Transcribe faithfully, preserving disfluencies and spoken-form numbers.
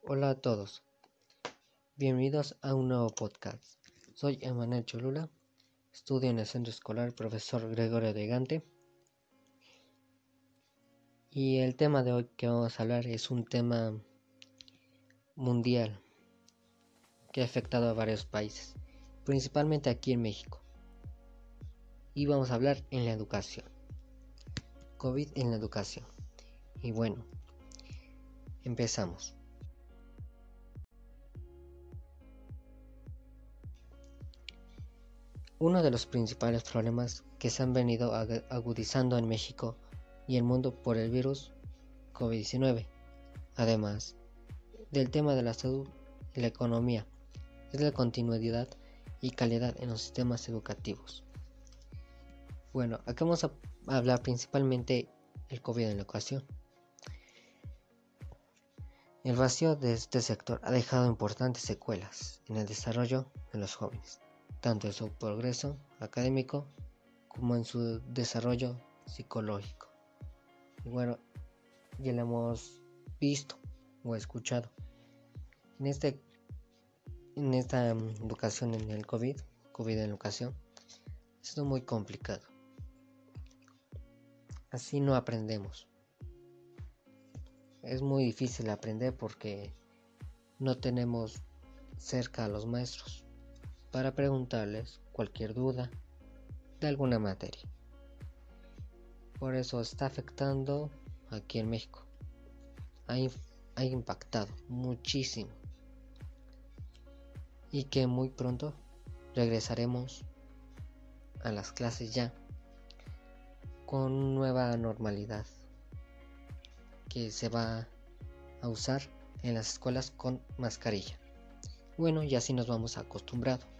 Hola a todos, bienvenidos a un nuevo podcast. Soy Emanuel Cholula, estudio en el Centro Escolar Profesor Gregorio de Gante y el tema de hoy que vamos a hablar es un tema mundial que ha afectado a varios países, principalmente aquí en México. Y vamos a hablar en la educación, COVID en la educación. Y bueno, empezamos. Uno de los principales problemas que se han venido agudizando en México y el mundo por el virus COVID diecinueve, además del tema de la salud y la economía, es la continuidad y calidad en los sistemas educativos. Bueno, acá vamos a hablar principalmente del COVID en la educación. El vacío de este sector ha dejado importantes secuelas en el desarrollo de los jóvenes, tanto en su progreso académico como en su desarrollo psicológico. Y bueno, ya lo hemos visto o escuchado. En, este, en esta um, educación en el COVID, COVID en educación, ha sido muy complicado. Así no aprendemos. Es muy difícil aprender porque no tenemos cerca a los maestros para preguntarles cualquier duda de alguna materia. Por eso está afectando aquí en México. Ha, ha impactado muchísimo. Y que muy pronto regresaremos a las clases ya con nueva normalidad que se va a usar en las escuelas con mascarilla. Bueno, y así nos vamos acostumbrado.